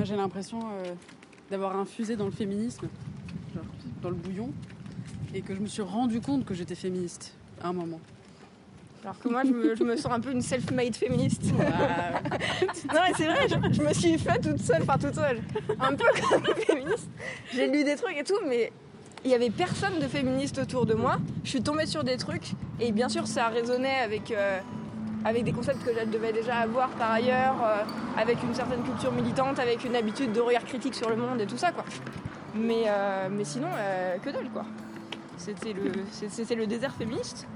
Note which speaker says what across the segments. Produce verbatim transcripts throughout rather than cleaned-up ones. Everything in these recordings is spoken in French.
Speaker 1: j'ai l'impression euh, d'avoir infusé dans le féminisme, genre dans le bouillon, et que je me suis rendu compte que j'étais féministe à un moment.
Speaker 2: Alors que moi, je me, je me sens un peu une self-made féministe. Wow. Non, mais c'est vrai, je, je me suis faite toute seule, enfin toute seule. Un peu comme féministe. J'ai lu des trucs et tout, mais il n'y avait personne de féministe autour de moi. Je suis tombée sur des trucs, et bien sûr, ça résonnait avec, euh, avec des concepts que je devais déjà avoir par ailleurs, euh, avec une certaine culture militante, avec une habitude de regard critique sur le monde et tout ça, quoi. Mais, euh, mais sinon, euh, que dalle, quoi. C'était le, c'était le désert féministe.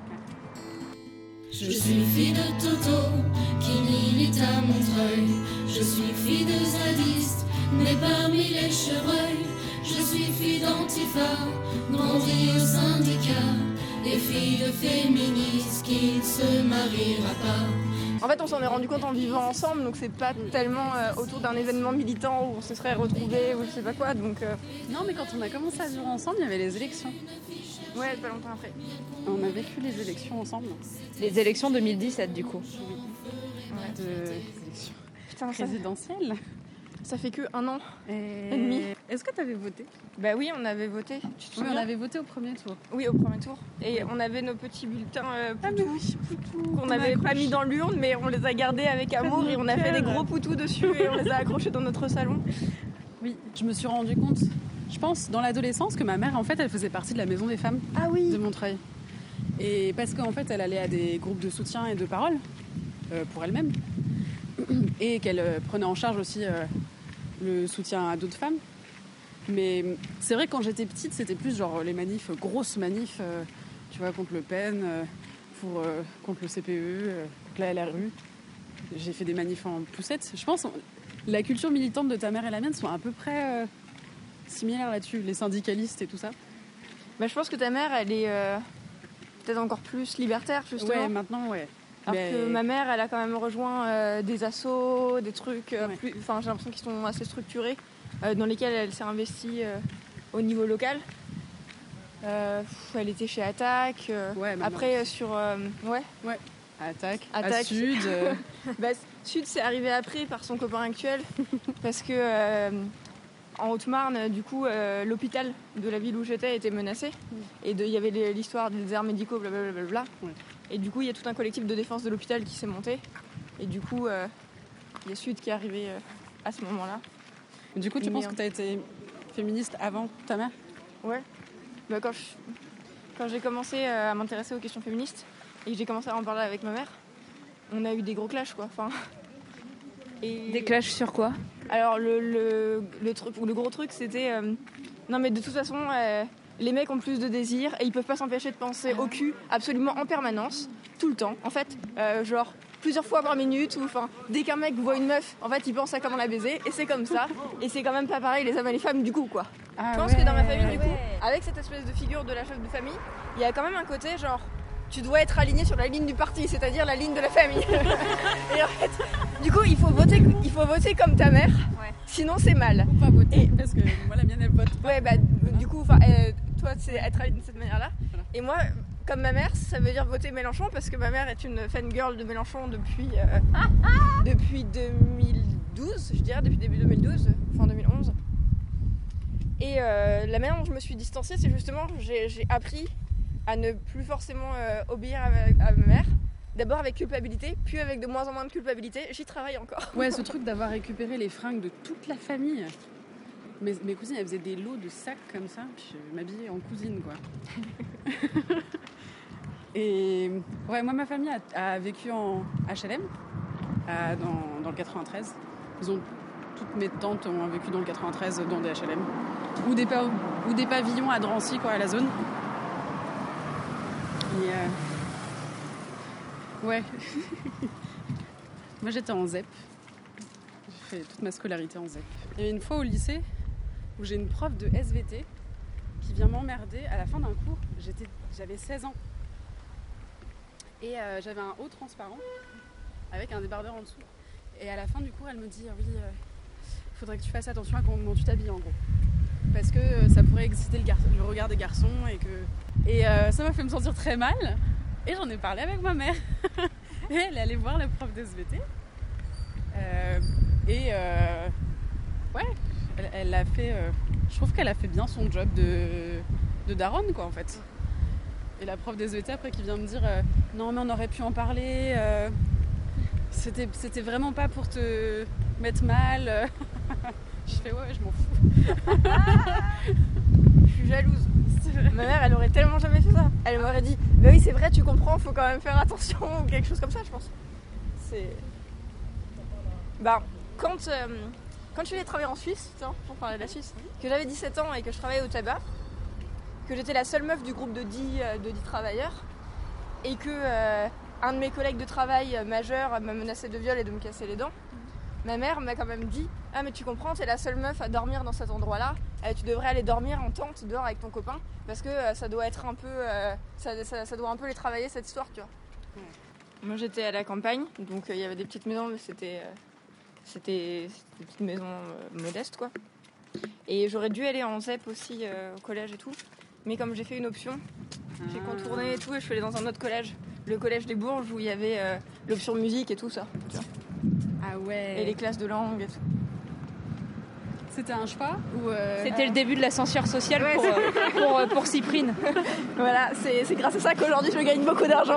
Speaker 3: Je suis fille de Toto, qui milite à Montreuil. Je suis fille de zadiste, née parmi les chevreuils. Je suis fille d'Antifa, grandie au syndicat. Et fille de féministes qui ne se mariera pas.
Speaker 2: En fait, on s'en est rendu compte en vivant ensemble, donc c'est pas tellement euh, autour d'un événement militant où on se serait retrouvés ou je sais pas quoi. Donc, euh...
Speaker 1: Non, mais quand on a commencé à vivre ensemble, il y avait les élections.
Speaker 2: Ouais, pas longtemps après.
Speaker 1: On a vécu les élections ensemble.
Speaker 4: Les élections deux mille dix-sept, du coup.
Speaker 1: Oui. Ouais. De... Des élections
Speaker 2: Putain,
Speaker 1: présidentielles.
Speaker 2: Ça fait que un an
Speaker 1: et,
Speaker 2: et demi.
Speaker 1: Est-ce que tu avais voté ?
Speaker 2: Bah oui, on avait voté. Tu te
Speaker 1: oui,
Speaker 2: souviens ?
Speaker 1: on avait voté au premier tour.
Speaker 2: Oui, au premier tour. Et on avait nos petits bulletins euh, poutous,
Speaker 1: ah, oui, poutous
Speaker 2: qu'on n'avait pas mis dans l'urne, mais on les a gardés avec amour et on a fait des gros poutous dessus et on les a accrochés dans notre salon.
Speaker 1: Oui, je me suis rendu compte, je pense, dans l'adolescence, que ma mère, en fait, elle faisait partie de la Maison des Femmes
Speaker 2: ah, oui.
Speaker 1: de Montreuil. Et parce qu'en fait, elle allait à des groupes de soutien et de parole euh, pour elle-même. Et qu'elle euh, prenait en charge aussi euh, le soutien à d'autres femmes. Mais c'est vrai que quand j'étais petite, c'était plus genre les manifs, grosses manifs, euh, tu vois, contre Le Pen, euh, pour, euh, contre le C P E, euh, contre la L R U. J'ai fait des manifs en poussette. Je pense la culture militante de ta mère et la mienne sont à peu près euh, similaires là-dessus, les syndicalistes et tout ça.
Speaker 2: Bah, je pense que ta mère, elle est euh, peut-être encore plus libertaire, justement.
Speaker 1: Ouais, maintenant, ouais.
Speaker 2: Alors
Speaker 1: mais...
Speaker 2: que ma mère, elle a quand même rejoint euh, des assos, des trucs, euh,
Speaker 1: ouais.
Speaker 2: plus, enfin, j'ai l'impression qu'ils sont assez structurés, euh, dans lesquels elle s'est investie euh, au niveau local. Euh, pff, elle était chez Attaque. Euh,
Speaker 1: ouais,
Speaker 2: après, euh, sur... Euh, ouais.
Speaker 1: Ouais. Attaque,
Speaker 2: Attaque.
Speaker 1: à Sud. Euh...
Speaker 2: bah, Sud, c'est arrivé après par son copain actuel. Parce que euh, en Haute-Marne, du coup, euh, l'hôpital de la ville où j'étais était menacé. Mm. Et il y avait l'histoire des déserts médicaux, blablabla. Bla, bla, bla. Ouais. Et du coup, il y a tout un collectif de défense de l'hôpital qui s'est monté. Et du coup, il euh, y a Sud qui est arrivé euh, à ce moment-là.
Speaker 1: Du coup, tu Mais penses euh... que tu as été féministe avant ta mère ?
Speaker 2: Ouais. Bah, quand, je... quand j'ai commencé à m'intéresser aux questions féministes et que j'ai commencé à en parler avec ma mère, on a eu des gros clashs, quoi. Enfin...
Speaker 4: Et... Des clashs sur quoi ?
Speaker 2: Alors, le, le, le, truc, le gros truc, c'était... Euh... Non, mais de toute façon... Euh... Les mecs ont plus de désir et ils peuvent pas s'empêcher de penser au cul absolument en permanence, tout le temps. En fait, euh, genre plusieurs fois par minute ou enfin dès qu'un mec voit une meuf, en fait, il pense à comment la baiser et c'est comme ça. Et c'est quand même pas pareil les hommes et les femmes du coup quoi.
Speaker 1: Ah,
Speaker 2: je pense
Speaker 1: ouais,
Speaker 2: que dans ma famille du coup,
Speaker 4: ouais.
Speaker 2: avec cette espèce de figure de la chef de famille, il y a quand même un côté genre tu dois être aligné sur la ligne du parti, c'est-à-dire la ligne de la famille. Et en fait, du coup, il faut voter, il faut voter comme ta mère. Ouais. Sinon c'est mal.
Speaker 1: Faut pas voter et... parce que moi la mienne elle vote.
Speaker 2: Ouais bah voilà. Du coup, enfin. Euh, Toi, c'est être aligné de cette manière-là. Voilà. Et moi, comme ma mère, ça veut dire voter Mélenchon parce que ma mère est une fangirl de Mélenchon depuis, euh, ah, ah depuis deux mille douze, je dirais, depuis début deux mille douze, fin deux mille onze. Et euh, la manière dont je me suis distanciée, c'est justement j'ai, j'ai appris à ne plus forcément euh, obéir à ma, à ma mère. D'abord avec culpabilité, puis avec de moins en moins de culpabilité. J'y travaille encore.
Speaker 1: Ouais, ce truc d'avoir récupéré les fringues de toute la famille. Mes, mes cousines, elles faisaient des lots de sacs comme ça, puis je m'habillais en cousine, quoi. Et ouais, moi, ma famille a, a vécu en H L M, à, dans, dans le quatre-vingt-treize. Ils ont, toutes mes tantes ont vécu dans le quatre-vingt-treize, dans des H L M. Ou des, pa- ou des pavillons à Drancy, quoi, à la zone. Et euh... ouais. Moi, j'étais en Z E P. J'ai fait toute ma scolarité en Z E P. Il y a une fois au lycée, où j'ai une prof de S V T qui vient m'emmerder à la fin d'un cours. J'étais, j'avais seize ans. Et euh, j'avais un haut transparent avec un débardeur en dessous. Et à la fin du cours, elle me dit « Oui, il euh, faudrait que tu fasses attention à comment tu t'habilles en gros. Parce que euh, ça pourrait exciter le, gar- le regard des garçons. » Et, que... et euh, ça m'a fait me sentir très mal. Et j'en ai parlé avec ma mère. Et elle est allée voir la prof de S V T. Euh, et... Euh, elle l'a fait. Euh, je trouve qu'elle a fait bien son job de, de daronne, quoi, en fait. Et la prof des E V T après qui vient me dire euh, non, mais on aurait pu en parler. Euh, c'était, c'était vraiment pas pour te mettre mal. Je fais ouais, je m'en fous.
Speaker 2: Je suis jalouse. Ma mère, elle aurait tellement jamais fait ça. Elle m'aurait dit bah oui, c'est vrai, tu comprends, faut quand même faire attention ou quelque chose comme ça, je pense. C'est. Bah, quand, euh, quand je suis allée travailler en Suisse, tiens, pour parler de la Suisse, que j'avais dix-sept ans et que je travaillais au tabac, que j'étais la seule meuf du groupe de dix, euh, de dix travailleurs, et que euh, un de mes collègues de travail euh, majeurs m'a menacé de viol et de me casser les dents, ma mère m'a quand même dit « Ah mais tu comprends, t'es la seule meuf à dormir dans cet endroit-là, euh, tu devrais aller dormir en tente dehors avec ton copain, parce que euh, ça doit être un peu... Euh, ça, ça, ça doit un peu les travailler cette histoire, tu vois. Ouais. » Moi j'étais à la campagne, donc il euh, y avait des petites maisons, mais c'était, euh, c'était, c'était des petites maisons euh, modestes, quoi. Et j'aurais dû aller en Z E P aussi euh, au collège et tout, mais comme j'ai fait une option, ah. j'ai contourné et tout, et je suis allée dans un autre collège, le collège des Bourges, où il y avait euh, l'option musique et tout ça, tu vois.
Speaker 1: Ah ouais.
Speaker 2: Et les classes de langue et tout.
Speaker 1: C'était un choix ou euh...
Speaker 4: C'était euh... le début de l'ascenseur social ouais, pour, euh, pour, euh, pour Cyprine.
Speaker 2: Voilà, c'est, c'est grâce à ça qu'aujourd'hui je gagne beaucoup d'argent.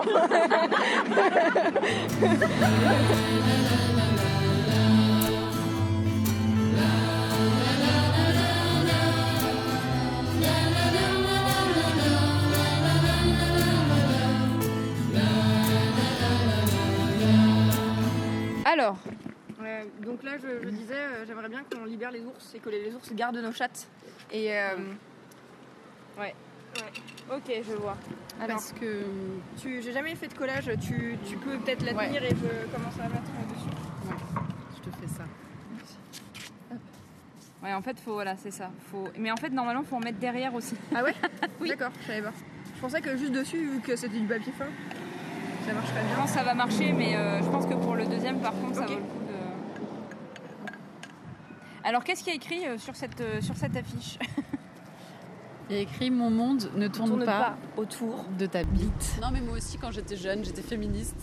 Speaker 4: Alors,
Speaker 2: euh, donc là je, je disais, euh, j'aimerais bien qu'on libère les ours et que les, les ours gardent nos chattes. Et euh, ouais. ouais, ok, je vois. Alors,
Speaker 1: parce que
Speaker 2: tu, j'ai jamais fait de collage. Tu, tu peux peut-être la tenir ouais. et je commence à mettre dessus.
Speaker 1: Ouais, je te fais ça.
Speaker 4: Hop. Ouais, en fait, faut voilà, c'est ça. Faut, mais en fait, normalement, faut en mettre derrière aussi.
Speaker 2: Ah ouais.
Speaker 4: Oui.
Speaker 2: D'accord, je savais pas. Je pensais que juste dessus, vu que c'était du papier fin. Ça marcherait bien.
Speaker 4: Non, ça va marcher, mais euh, je pense que pour le deuxième, par contre, ça okay. vaut le coup de... Alors, qu'est-ce qu'il y a écrit euh, sur, cette, euh, sur cette affiche?
Speaker 1: Il y a écrit « Mon monde ne tourne,
Speaker 2: tourne
Speaker 1: pas,
Speaker 2: pas autour
Speaker 1: de ta bite ». Non, mais moi aussi, quand j'étais jeune, j'étais féministe.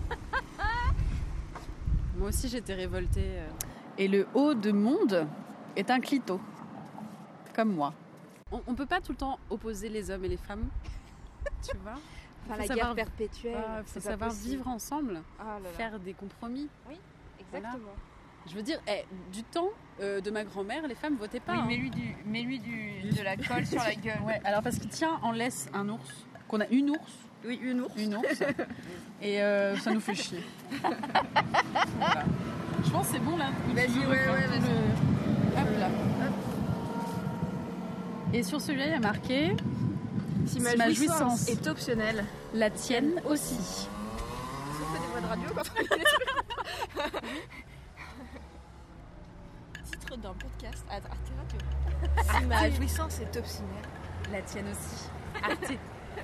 Speaker 1: Moi aussi, j'étais révoltée. Et le haut de monde est un clito. Comme moi. On ne peut pas tout le temps opposer les hommes et les femmes. Tu vois?
Speaker 4: Enfin, la guerre perpétuelle. Il
Speaker 1: ah, faut savoir possible. Vivre ensemble,
Speaker 4: ah là là.
Speaker 1: Faire des compromis.
Speaker 4: Oui, exactement. Voilà.
Speaker 1: Je veux dire, eh, du temps euh, de ma grand-mère, les femmes votaient pas.
Speaker 4: Oui,
Speaker 1: hein.
Speaker 4: mets-lui, du, mets-lui du, de la colle sur la gueule.
Speaker 1: Ouais, alors parce qu'il tient en laisse un ours, qu'on a une ours.
Speaker 2: Oui, une ours.
Speaker 1: Une ours. Et euh, ça nous fait chier. Voilà. Je pense que c'est bon là.
Speaker 2: Vas-y, ouais, ouais, vas-y.
Speaker 1: Le... Hop là. Hop. Et sur celui-là, il y a marqué...
Speaker 2: Si ma, si ma jouissance, jouissance est optionnelle,
Speaker 1: la tienne aussi.
Speaker 2: Si on fait des voix de radio quand on fait des trucs. Titre d'un podcast à Arte Radio. Si ma jouissance est optionnelle,
Speaker 1: la tienne aussi. Arte.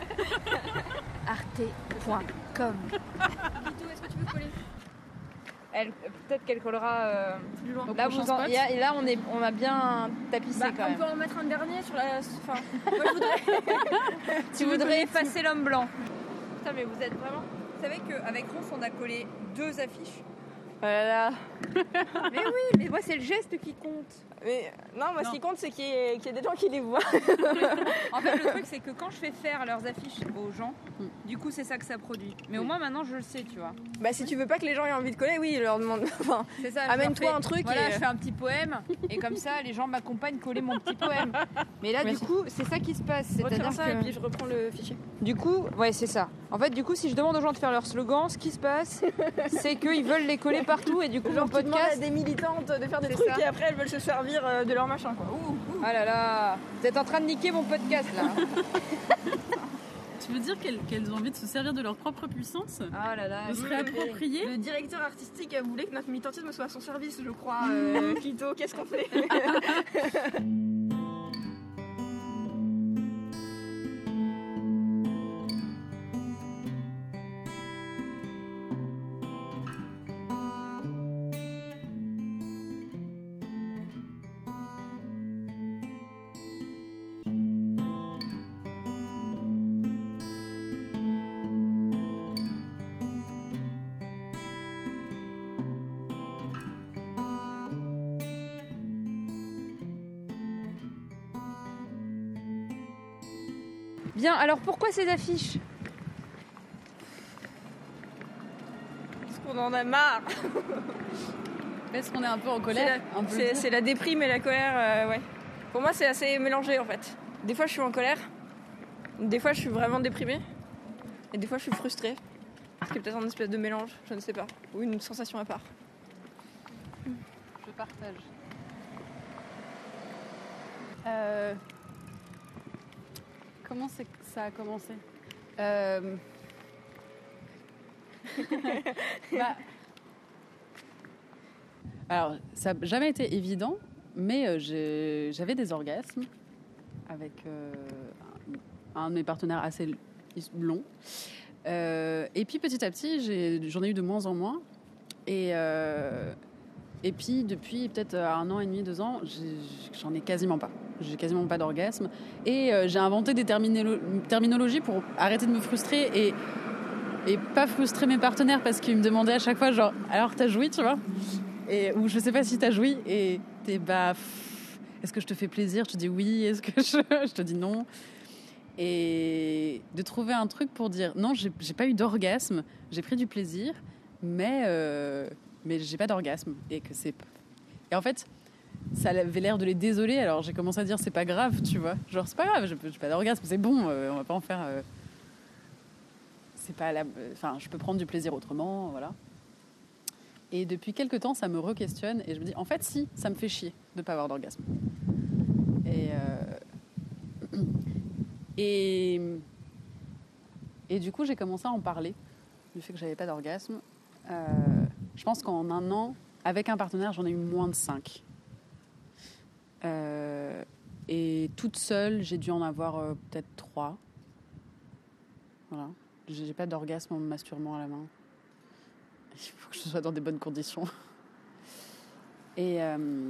Speaker 2: Arte point com. Lito, est-ce que tu veux coller?
Speaker 4: Elle, peut-être qu'elle collera euh,
Speaker 2: plus loin.
Speaker 4: Là, vous en, y a, et là, on, est, on a bien tapissé
Speaker 2: bah,
Speaker 4: quand
Speaker 2: on
Speaker 4: même.
Speaker 2: On peut en mettre un dernier sur la. Enfin, moi je voudrais.
Speaker 4: tu voudrais effacer l'homme blanc. Putain, mais vous êtes vraiment. Vous savez qu'avec Ronce, on a collé deux affiches.
Speaker 2: Voilà.
Speaker 4: Mais oui, mais moi, c'est le geste qui compte.
Speaker 2: Mais non, moi, non. Ce qui compte, c'est qu'il y, ait, qu'il y ait des gens qui les voient.
Speaker 4: En fait, le truc, c'est que quand je fais faire leurs affiches aux gens, mm. du coup, c'est ça que ça produit. Mais oui. Au moins, maintenant, je le sais, tu vois.
Speaker 2: Bah, si tu veux pas que les gens aient envie de coller, oui, je leur demande. Enfin,
Speaker 4: c'est ça.
Speaker 2: Amène-toi
Speaker 4: fais,
Speaker 2: un truc.
Speaker 4: Voilà,
Speaker 2: et...
Speaker 4: je fais un petit poème, et comme ça, les gens m'accompagnent coller mon petit poème. Mais là, Merci. Du coup, c'est ça qui se passe.
Speaker 2: C'est-à-dire ça,
Speaker 4: que...
Speaker 2: et puis je reprends le fichier.
Speaker 4: Du coup, ouais, c'est ça. En fait, du coup, si je demande aux gens de faire leur slogan, ce qui se passe, c'est qu'ils veulent les coller partout, et du coup,
Speaker 2: genre,
Speaker 4: mon podcast.
Speaker 2: À des militantes de faire des c'est trucs ça. Et après elles veulent se servir de leur machin quoi. Ouh, ouh.
Speaker 4: Ah là là, vous êtes en train de niquer mon podcast là.
Speaker 1: Tu veux dire qu'elles, qu'elles ont envie de se servir de leur propre puissance?
Speaker 4: Ah là là,
Speaker 1: de se réapproprier?
Speaker 2: Le directeur artistique voulait que notre militantisme soit à son service, je crois. Euh, Clito, qu'est-ce qu'on fait?
Speaker 4: Bien, alors pourquoi ces affiches ?
Speaker 2: Parce qu'on en a marre.
Speaker 1: Est-ce qu'on est un peu en colère
Speaker 2: C'est la,
Speaker 1: un peu
Speaker 2: c'est, c'est la déprime et la colère, euh, ouais. Pour moi, c'est assez mélangé en fait. Des fois, je suis en colère. Des fois, je suis vraiment déprimée. Et des fois, je suis frustrée. Ce qui est peut-être un espèce de mélange, je ne sais pas. Ou une sensation à part.
Speaker 1: Je partage. Euh... Comment c'est que ça a commencé euh... bah... Alors, ça n'a jamais été évident, mais euh, j'ai... j'avais des orgasmes avec euh, un de mes partenaires assez long. Euh, et puis petit à petit, j'ai, j'en ai eu de moins en moins. Et, euh, et puis depuis peut-être un an et demi, deux ans, j'ai, j'en ai quasiment pas. J'ai quasiment pas d'orgasme. Et euh, j'ai inventé des terminolo- terminologies pour arrêter de me frustrer et, et pas frustrer mes partenaires parce qu'ils me demandaient à chaque fois genre « Alors t'as joui, tu vois ?» et, ou « Je sais pas si t'as joui ?» et t'es bah pff, « Est-ce que je te fais plaisir ?» Je te dis « Oui. » Est-ce que je, je te dis « Non ?» Et de trouver un truc pour dire non, j'ai, j'ai pas eu d'orgasme, j'ai pris du plaisir, mais euh, mais j'ai pas d'orgasme et que c'est et en fait ça avait l'air de les désoler. Alors j'ai commencé à dire c'est pas grave, tu vois, genre c'est pas grave, j'ai, j'ai pas d'orgasme, c'est bon, euh, on va pas en faire. Euh... C'est pas la, enfin je peux prendre du plaisir autrement, voilà. Et depuis quelques temps, ça me re-questionne et je me dis en fait si, ça me fait chier de pas avoir d'orgasme. Et euh... Et, et du coup, j'ai commencé à en parler, du fait que j'avais pas d'orgasme. Euh, je pense qu'en un an, avec un partenaire, j'en ai eu moins de cinq. Euh, et toute seule, j'ai dû en avoir euh, peut-être trois. Voilà. J'ai pas d'orgasme en me masturbant à la main. Il faut que je sois dans des bonnes conditions. Et, euh,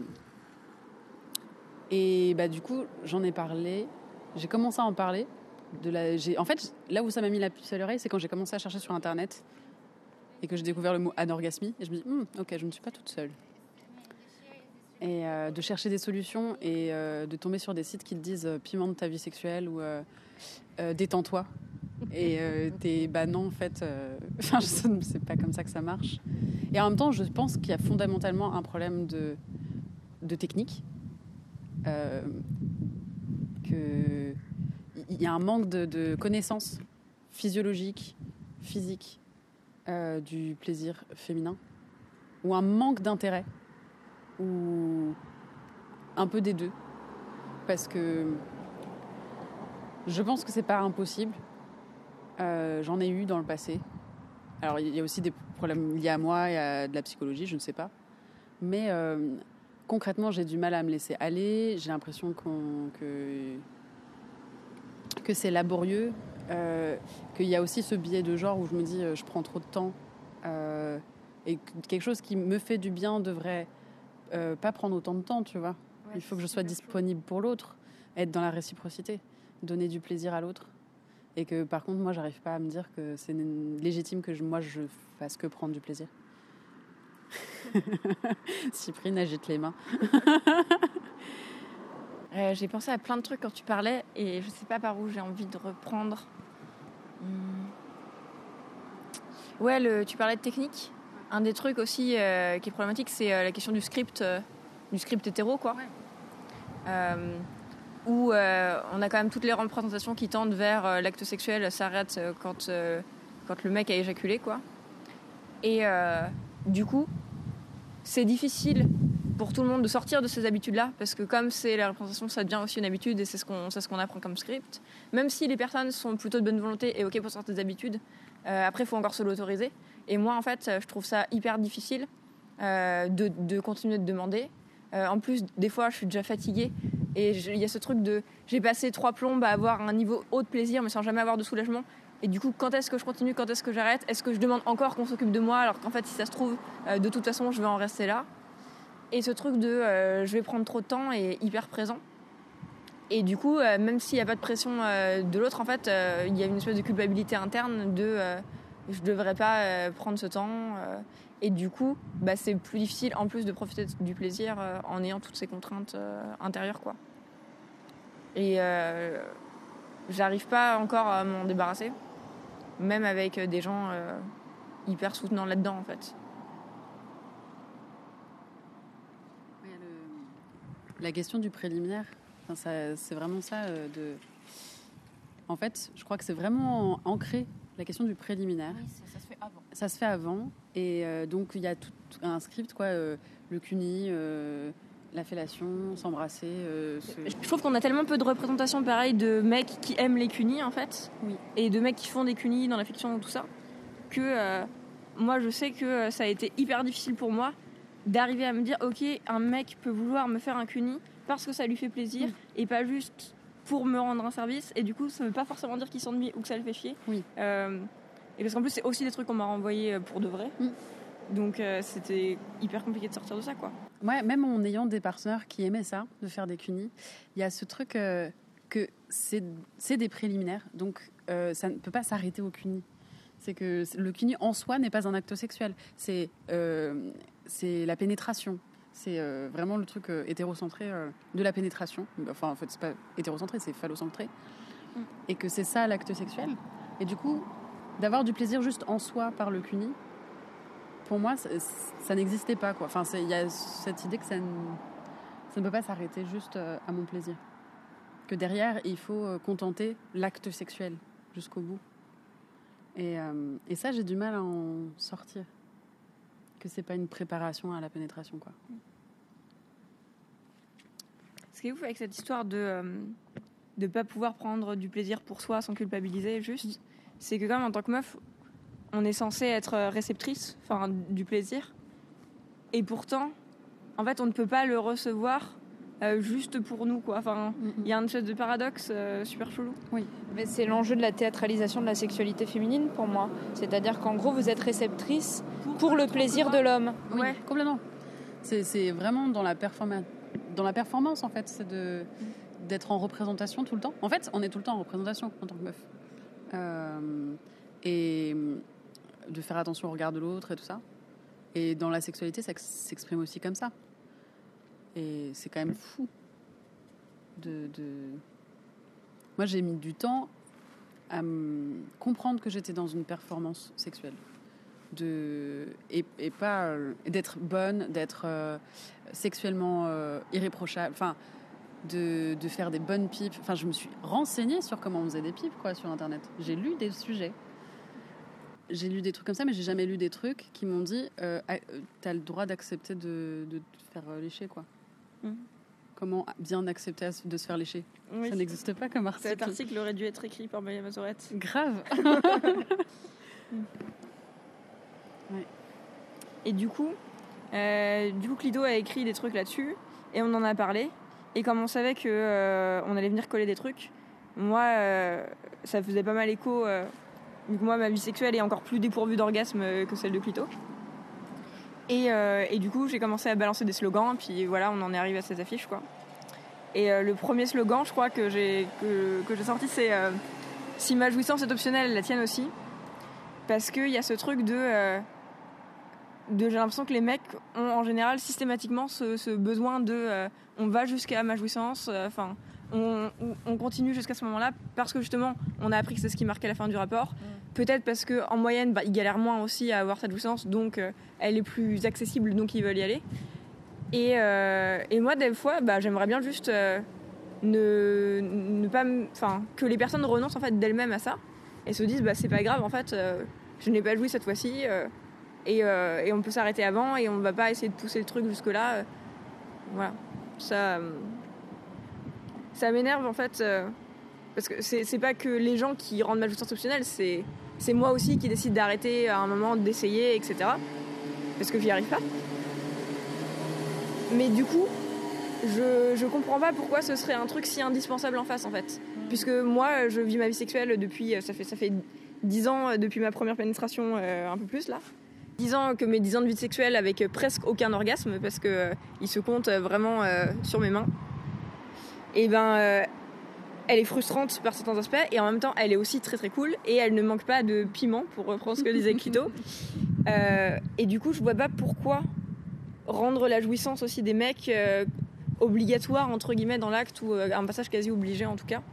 Speaker 1: et bah, du coup, j'en ai parlé. J'ai commencé à en parler. De la, j'ai, en fait, là où ça m'a mis la puce à l'oreille, c'est quand j'ai commencé à chercher sur Internet et que j'ai découvert le mot anorgasmie. Et je me dis, hm, ok, je ne suis pas toute seule. Et euh, de chercher des solutions et euh, de tomber sur des sites qui te disent euh, pimente ta vie sexuelle ou euh, euh, détends-toi. Et euh, t'es, bah non, en fait, euh, enfin, c'est pas comme ça que ça marche. Et en même temps, je pense qu'il y a fondamentalement un problème de, de technique. Euh, que il y a un manque de, de connaissances physiologiques, physiques euh, du plaisir féminin, ou un manque d'intérêt, ou un peu des deux, parce que je pense que c'est pas impossible. Euh, j'en ai eu dans le passé. Alors il y a aussi des problèmes liés à moi et à de la psychologie, je ne sais pas, mais euh, concrètement, j'ai du mal à me laisser aller. J'ai l'impression qu'on, que, que c'est laborieux. Euh, qu'il y a aussi ce biais de genre où je me dis euh, je prends trop de temps. Euh, et quelque chose qui me fait du bien devrait euh, pas prendre autant de temps, tu vois. Ouais, il faut que je sois disponible pour l'autre, être dans la réciprocité, donner du plaisir à l'autre. Et que par contre, moi, j'arrive pas à me dire que c'est légitime que je, moi, je fasse que prendre du plaisir. Cyprine agite les mains.
Speaker 2: euh, j'ai pensé à plein de trucs quand tu parlais et je sais pas par où j'ai envie de reprendre. Hum. Ouais, le, tu parlais de technique. Un des trucs aussi euh, qui est problématique, c'est euh, la question du script, euh, du script hétéro, quoi. Ouais. Euh, où euh, on a quand même toutes les représentations qui tendent vers euh, l'acte sexuel s'arrête euh, quand, euh, quand le mec a éjaculé, quoi. Et euh, du coup, c'est difficile pour tout le monde de sortir de ces habitudes-là, parce que comme c'est la représentation, ça devient aussi une habitude et c'est ce qu'on, c'est ce qu'on apprend comme script. Même si les personnes sont plutôt de bonne volonté et OK pour sortir des habitudes, euh, après, il faut encore se l'autoriser. Et moi, en fait, je trouve ça hyper difficile euh, de, de continuer de demander. Euh, en plus, des fois, je suis déjà fatiguée et il y a ce truc de j'ai passé trois plombes à avoir un niveau haut de plaisir, mais sans jamais avoir de soulagement. Et du coup, quand est-ce que je continue, quand est-ce que j'arrête ? Est-ce que je demande encore qu'on s'occupe de moi, alors qu'en fait, si ça se trouve, euh, de toute façon, je vais en rester là. Et ce truc de euh, je vais prendre trop de temps est hyper présent. Et du coup, euh, même s'il n'y a pas de pression euh, de l'autre, en fait, euh, il y a une espèce de culpabilité interne de euh, je ne devrais pas euh, prendre ce temps. Euh, et du coup, bah, c'est plus difficile, en plus de profiter du plaisir euh, en ayant toutes ces contraintes euh, intérieures, quoi. Et... Euh, j'arrive pas encore à m'en débarrasser, même avec des gens euh, hyper soutenants là-dedans en fait.
Speaker 1: La question du préliminaire, enfin, ça, c'est vraiment ça. Euh, de... En fait, je crois que c'est vraiment ancré, la question du préliminaire.
Speaker 4: Oui, ça, ça se fait avant.
Speaker 1: Ça se fait avant. Et euh, donc, il y a tout un script, quoi. Euh, le cuni, euh, la fellation, s'embrasser. Euh, se...
Speaker 2: Je trouve qu'on a tellement peu de représentation, pareil, de mecs qui aiment les cunis, en fait.
Speaker 1: Oui.
Speaker 2: Et de mecs qui font des cunis dans la fiction, tout ça. Que euh, moi, je sais que ça a été hyper difficile pour moi d'arriver à me dire ok, un mec peut vouloir me faire un cuni parce que ça lui fait plaisir, oui. Et pas juste pour me rendre un service, et du coup ça veut pas forcément dire qu'il s'ennuie ou que ça le fait chier,
Speaker 1: oui.
Speaker 2: euh, et parce qu'en plus c'est aussi des trucs qu'on m'a renvoyés pour de vrai, oui. Donc euh, c'était hyper compliqué de sortir de ça, quoi.
Speaker 1: Ouais, même en ayant des partenaires qui aimaient ça, de faire des cunis, il y a ce truc euh, que c'est, c'est des préliminaires, donc euh, ça ne peut pas s'arrêter au cuni. C'est que le cuni en soi n'est pas un acte sexuel, c'est, euh, c'est la pénétration. C'est euh, vraiment le truc euh, hétérocentré euh, de la pénétration. Enfin, en fait, c'est pas hétérocentré, c'est phallocentré. Mm. Et que c'est ça l'acte sexuel. Et du coup, d'avoir du plaisir juste en soi par le cuni, pour moi, ça, ça n'existait pas, quoi. Enfin, il y a cette idée que ça ne, ça ne peut pas s'arrêter juste euh, à mon plaisir. Que derrière, il faut euh, contenter l'acte sexuel jusqu'au bout. Et, euh, et ça, j'ai du mal à en sortir. Que c'est pas une préparation à la pénétration, quoi.
Speaker 2: Ce qui est ouf avec cette histoire de euh, de pas pouvoir prendre du plaisir pour soi sans culpabiliser, juste, c'est que quand même en tant que meuf, on est censé être réceptrice, enfin du plaisir, et pourtant, en fait, on ne peut pas le recevoir euh, juste pour nous, quoi. Enfin, il mm-hmm. y a une espèce de paradoxe euh, super chelou.
Speaker 4: Oui. Mais c'est l'enjeu de la théâtralisation de la sexualité féminine pour moi. C'est-à-dire qu'en gros, vous êtes réceptrice pour, pour le plaisir de l'homme.
Speaker 1: Oui, ouais, complètement. C'est, c'est vraiment dans la, performa- dans la performance, en fait, c'est de, d'être en représentation tout le temps. En fait, on est tout le temps en représentation en tant que meuf. Euh, et de faire attention au regard de l'autre et tout ça. Et dans la sexualité, ça s'exprime aussi comme ça. Et c'est quand même fou de... de... Moi, j'ai mis du temps à me comprendre que j'étais dans une performance sexuelle. De... Et, et pas... Euh, d'être bonne, d'être euh, sexuellement euh, irréprochable. Enfin, de, de faire des bonnes pipes. Enfin, je me suis renseignée sur comment on faisait des pipes, quoi, sur Internet. J'ai lu des sujets. J'ai lu des trucs comme ça, mais j'ai jamais lu des trucs qui m'ont dit euh, t'as le droit d'accepter de, de te faire lécher, quoi. Mmh. Comment bien accepter de se faire lécher? Oui. Ça n'existe pas comme article.
Speaker 2: Cet article aurait dû être écrit par Maya Mazorette.
Speaker 1: Grave.
Speaker 2: mmh. Ouais. Et du coup, euh, du coup, Clito a écrit des trucs là-dessus, et on en a parlé. Et comme on savait que euh, on allait venir coller des trucs, moi, euh, ça faisait pas mal écho. Euh, vu que moi, ma vie sexuelle est encore plus dépourvue d'orgasme que celle de Clito. Et, euh, et du coup, j'ai commencé à balancer des slogans, puis voilà, on en est arrivé à cette affiche, quoi. Et euh, le premier slogan, je crois, que j'ai, que, que j'ai sorti, c'est euh, « Si ma jouissance est optionnelle, la tienne aussi ». Parce qu'il y a ce truc de, euh, de... J'ai l'impression que les mecs ont en général systématiquement ce, ce besoin de euh, « on va jusqu'à ma jouissance enfin, euh, on, on continue jusqu'à ce moment-là » parce que justement, on a appris que c'est ce qui marquait la fin du rapport. Mmh. Peut-être parce qu'en moyenne, bah, ils galèrent moins aussi à avoir cette jouissance, donc euh, elle est plus accessible, donc ils veulent y aller. Et, euh, et moi, des fois, bah, j'aimerais bien juste euh, ne, ne pas... Enfin, que les personnes renoncent en fait, d'elles-mêmes à ça, et se disent, bah, c'est pas grave, en fait, euh, je n'ai pas joui cette fois-ci, euh, et, euh, et on peut s'arrêter avant, et on va pas essayer de pousser le truc jusque-là. Euh, voilà. Ça, euh, ça m'énerve, en fait, euh, parce que c'est, c'est pas que les gens qui rendent ma jouissance optionnelle, c'est... C'est moi aussi qui décide d'arrêter à un moment, d'essayer, et cetera. Parce que j'y arrive pas. Mais du coup, je, je comprends pas pourquoi ce serait un truc si indispensable en face, en fait. Mmh. Puisque moi, je vis ma vie sexuelle depuis... Ça fait, ça fait dix ans depuis ma première pénétration, euh, un peu plus, là. dix ans que mes dix ans de vie sexuelle avec presque aucun orgasme, parce qu'ils euh, se comptent vraiment euh, sur mes mains. Et ben... Euh, elle est frustrante par certains aspects et en même temps elle est aussi très très cool et elle ne manque pas de piment, pour reprendre ce que disait Clito. Euh, et du coup je vois pas pourquoi rendre la jouissance aussi des mecs euh, obligatoire entre guillemets dans l'acte, ou euh, un passage quasi obligé en tout cas,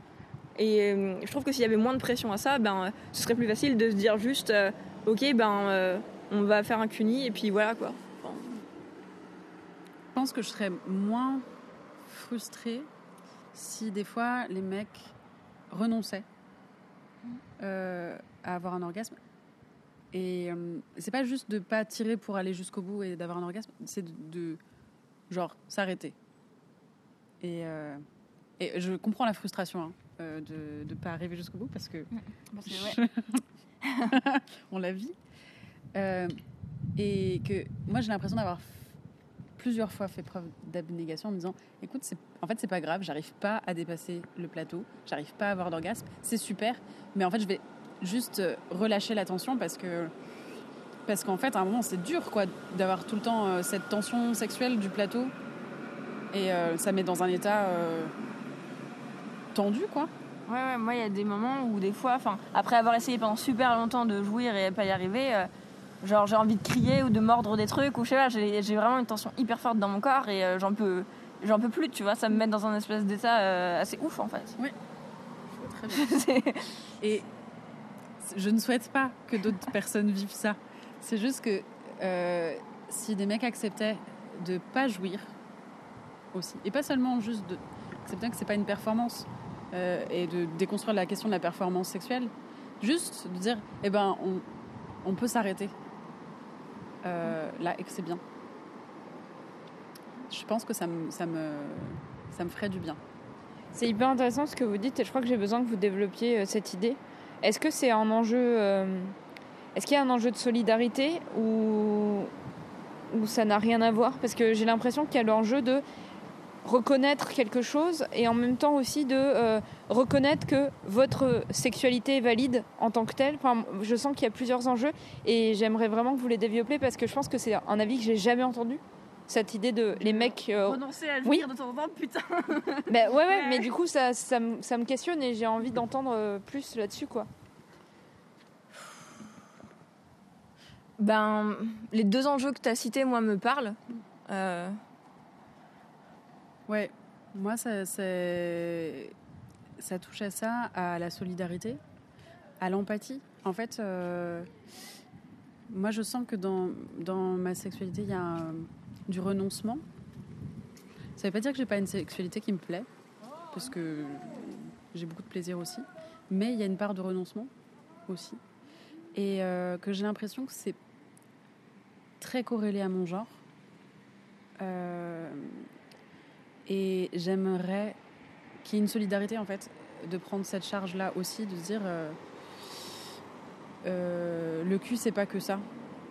Speaker 2: Et euh, je trouve que s'il y avait moins de pression à ça, ben, euh, ce serait plus facile de se dire juste euh, ok, ben, euh, on va faire un C U N I et puis voilà quoi. Enfin...
Speaker 1: Je pense que je serais moins frustrée si des fois les mecs renonçaient euh, à avoir un orgasme. Et euh, c'est pas juste de pas tirer pour aller jusqu'au bout et d'avoir un orgasme, c'est de, de genre s'arrêter. Et, euh, et je comprends la frustration hein, euh, de ne pas arriver jusqu'au bout parce que
Speaker 4: parce que ouais.
Speaker 1: on la vit. Euh, et que moi j'ai l'impression d'avoir plusieurs fois fait preuve d'abnégation en me disant écoute, c'est, en fait c'est pas grave, j'arrive pas à dépasser le plateau, j'arrive pas à avoir d'orgasme, c'est super, mais en fait je vais juste relâcher la tension parce que parce qu'en fait à un moment c'est dur quoi d'avoir tout le temps euh, cette tension sexuelle du plateau et euh, ça met dans un état euh, tendu quoi.
Speaker 2: Ouais ouais, moi il y a des moments où des fois, enfin après avoir essayé pendant super longtemps de jouir et pas y arriver, euh, genre j'ai envie de crier ou de mordre des trucs ou je sais pas, j'ai, j'ai vraiment une tension hyper forte dans mon corps et euh, j'en peux j'en peux plus, tu vois, ça me met dans un espèce d'état euh, assez ouf en fait.
Speaker 1: Oui. Très bien. Et je ne souhaite pas que d'autres personnes vivent ça. C'est juste que euh, si des mecs acceptaient de pas jouir aussi, et pas seulement juste de accepter que c'est pas une performance euh, et de déconstruire la question de la performance sexuelle, juste de dire eh ben on, on peut s'arrêter euh, là et que c'est bien. Je pense que ça me, ça me, ça me ferait du bien.
Speaker 2: C'est hyper intéressant ce que vous dites et je crois que j'ai besoin que vous développiez euh, cette idée. Est-ce que c'est un enjeu euh, est-ce qu'il y a un enjeu de solidarité ou, ou ça n'a rien à voir? Parce que j'ai l'impression qu'il y a l'enjeu de reconnaître quelque chose et en même temps aussi de euh, reconnaître que votre sexualité est valide en tant que telle. Enfin, je sens qu'il y a plusieurs enjeux et j'aimerais vraiment que vous les développiez parce que je pense que c'est un avis que j'ai jamais entendu. Cette idée de les mecs euh...
Speaker 4: renoncer à jouir oui. de temps en temps, putain.
Speaker 2: Ben ouais, ouais, mais du coup ça, ça, ça me questionne et j'ai envie d'entendre plus là-dessus quoi. Ben les deux enjeux que tu as cités moi me parlent. Euh...
Speaker 1: Ouais, moi ça, c'est... ça touche à ça, à la solidarité, à l'empathie. En fait, euh... moi je sens que dans, dans ma sexualité il y a un... du renoncement. Ça veut pas dire que j'ai pas une sexualité qui me plaît, parce que j'ai beaucoup de plaisir aussi, mais il y a une part de renoncement aussi, et euh, que j'ai l'impression que c'est très corrélé à mon genre. Euh, et j'aimerais qu'il y ait une solidarité en fait, de prendre cette charge-là aussi, de se dire euh, euh, le cul c'est pas que ça.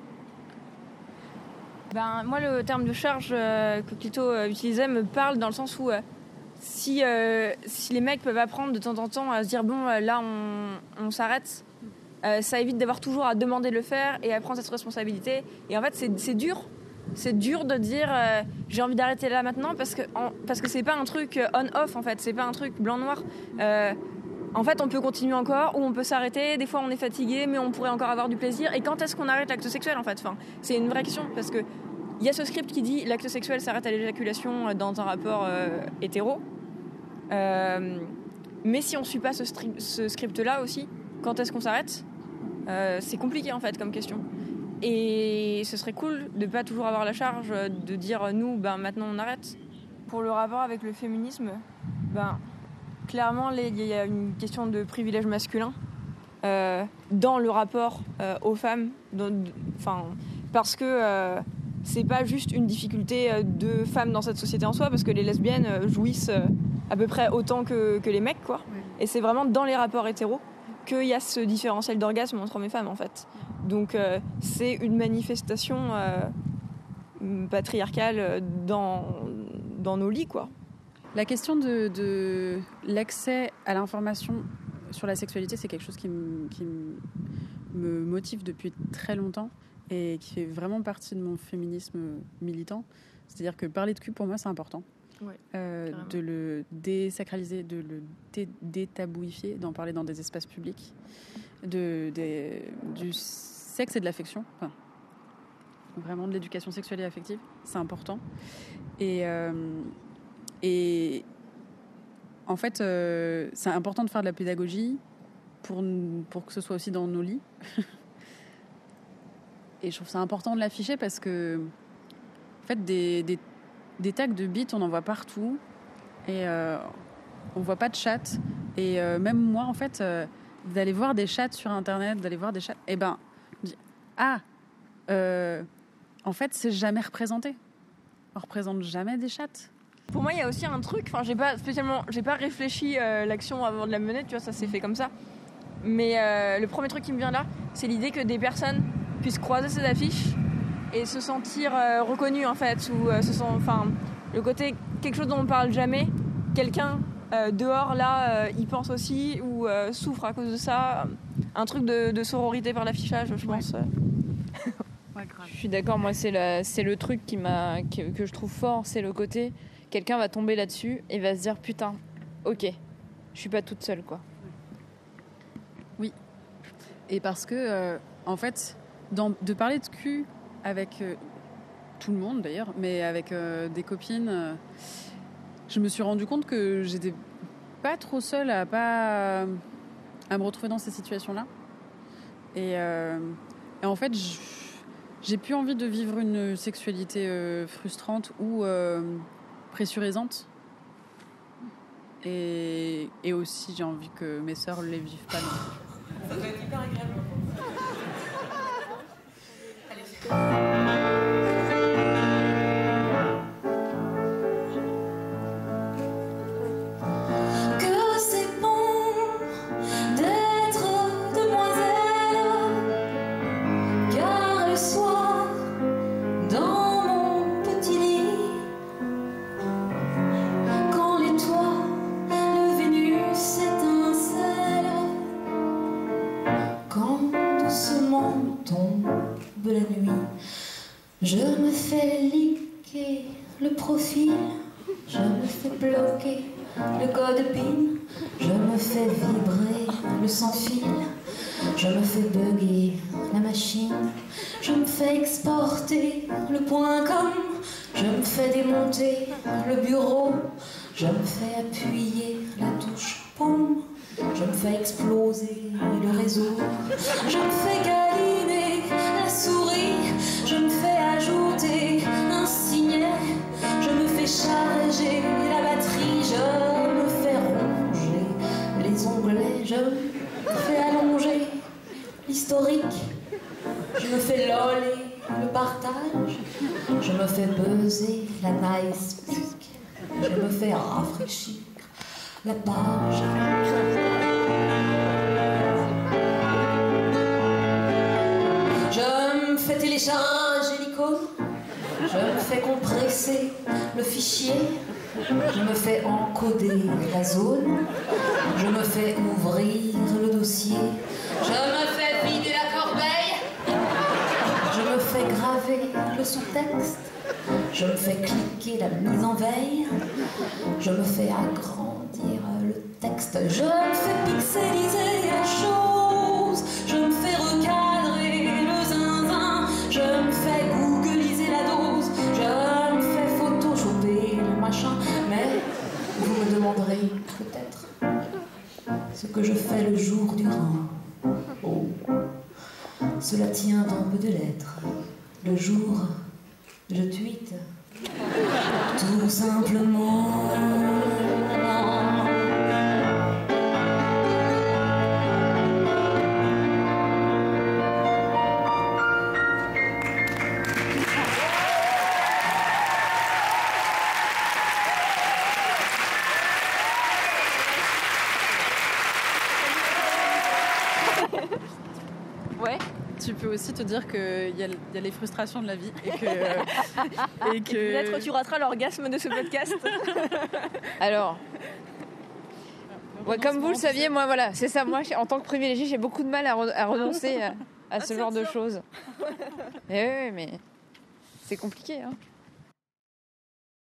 Speaker 2: Ben, moi, le terme de charge euh, que Clito euh, utilisait me parle dans le sens où euh, si, euh, si les mecs peuvent apprendre de temps en temps à se dire bon, euh, là, on, on s'arrête, euh, ça évite d'avoir toujours à demander de le faire et à prendre cette responsabilité. Et en fait, c'est, c'est dur. C'est dur de dire euh, j'ai envie d'arrêter là maintenant parce que, en, parce que c'est pas un truc on-off en fait, c'est pas un truc blanc-noir. Euh, en fait, on peut continuer encore ou on peut s'arrêter. Des fois, on est fatigué, mais on pourrait encore avoir du plaisir. Et quand est-ce qu'on arrête l'acte sexuel, en fait? Enfin, c'est une vraie question parce que il y a ce script qui dit l'acte sexuel s'arrête à l'éjaculation dans un rapport euh, hétéro. Euh, mais si on suit pas ce, stri- ce script-là aussi, quand est-ce qu'on s'arrête? euh, C'est compliqué, en fait, comme question. Et ce serait cool de pas toujours avoir la charge de dire nous, ben maintenant on arrête. Pour le rapport avec le féminisme, ben clairement, il y a une question de privilège masculin euh, dans le rapport euh, aux femmes, enfin, parce que euh, c'est pas juste une difficulté de femmes dans cette société en soi, parce que les lesbiennes jouissent à peu près autant que, que les mecs, quoi. Oui. Et c'est vraiment dans les rapports hétéros qu'il y a ce différentiel d'orgasme entre hommes et femmes, en fait. Donc euh, c'est une manifestation euh, patriarcale dans, dans nos lits, quoi.
Speaker 1: La question de, de l'accès à l'information sur la sexualité, c'est quelque chose qui me, qui me motive depuis très longtemps et qui fait vraiment partie de mon féminisme militant. C'est-à-dire que parler de cul, pour moi, c'est important.
Speaker 2: Ouais,
Speaker 1: euh, de le désacraliser, de le dé- détabouifier, d'en parler dans des espaces publics, de, des, du sexe et de l'affection. Enfin, vraiment de l'éducation sexuelle et affective, c'est important. Et... Euh, Et en fait, euh, c'est important de faire de la pédagogie pour, pour que ce soit aussi dans nos lits. Et je trouve ça important de l'afficher parce que, en fait, des, des, des tags de bits, on en voit partout. Et euh, on voit pas de chat. Et euh, même moi, en fait, euh, d'aller voir des chats sur Internet, d'aller voir des chats, et ben, on dit, ah, euh, en fait, c'est jamais représenté. On représente jamais des chats.
Speaker 2: Pour moi, il y a aussi un truc. Enfin, j'ai pas spécialement, j'ai pas réfléchi euh, l'action avant de la mener. Tu vois, ça s'est fait comme ça. Mais euh, le premier truc qui me vient là, c'est l'idée que des personnes puissent croiser ces affiches et se sentir euh, reconnues en fait, ou euh, se sent, enfin, le côté quelque chose dont on parle jamais. Quelqu'un euh, dehors là, euh, y pense aussi ou euh, souffre à cause de ça. Un truc de, de sororité par l'affichage, je pense.
Speaker 1: Ouais. Ouais, grave.
Speaker 4: Je suis d'accord. Moi, c'est, la, c'est le truc qui m'a, que, que je trouve fort, c'est le côté. Quelqu'un va tomber là-dessus et va se dire putain, ok, je suis pas toute seule quoi.
Speaker 1: Oui. Et parce que, euh, en fait, dans, de parler de cul avec euh, tout le monde d'ailleurs, mais avec euh, des copines, euh, je me suis rendu compte que j'étais pas trop seule à pas à me retrouver dans ces situations-là. Et, euh, et en fait, j'ai plus envie de vivre une sexualité euh, frustrante ou euh, pressurisante. Et, et aussi, j'ai envie que mes sœurs ne les vivent pas non plus.
Speaker 5: Ça doit être hyper agréable.
Speaker 3: Que c'est bon d'être demoiselle, car le soir dans mon petit lit, quand les toits de Vénus étincellent, quand doucement tombe la nuit, je me fais liquer le profil, je me fais bloquer le code P I N, je me fais vibrer le sans-fil, je me fais bugger la machine, je me fais exporter le point com, je me fais démonter le bureau, je me fais appuyer la touche paume, je me fais exploser le réseau, je me fais câliner la souris, je me fais ajouter un signet, je me fais charger la batterie, je me fais ronger les onglets, je me fais allonger l'historique, je me fais loller le partage, je me fais buzzer la nice pic, je me fais rafraîchir la page. Je me fais télécharger l'icône, je me fais compresser le fichier, je me fais encoder la zone, je me fais ouvrir le dossier, je me fais vider la corbeille, je me fais graver le sous-texte, je me fais cliquer la mise en veille, je me fais agrandir le texte, je me fais pixeliser la chose, je me fais recadrer le zinzin, je me fais googliser la dose, je me fais photoshopper le machin, mais vous me demanderez peut-être ce que je fais le jour du Rhin. Oh, cela tient dans peu de lettres. Le jour, je tweete tout simplement.
Speaker 2: Ouais.
Speaker 1: Tu peux aussi te dire qu'il y, y a les frustrations de la vie et que... et que...
Speaker 2: Peut-être tu rateras l'orgasme de ce podcast.
Speaker 4: Alors, ouais, comme vous le saviez, moi voilà, c'est ça. Moi, en tant que privilégiée, j'ai beaucoup de mal à, re- à renoncer à, à ce genre de choses. Et oui, mais c'est compliqué, hein.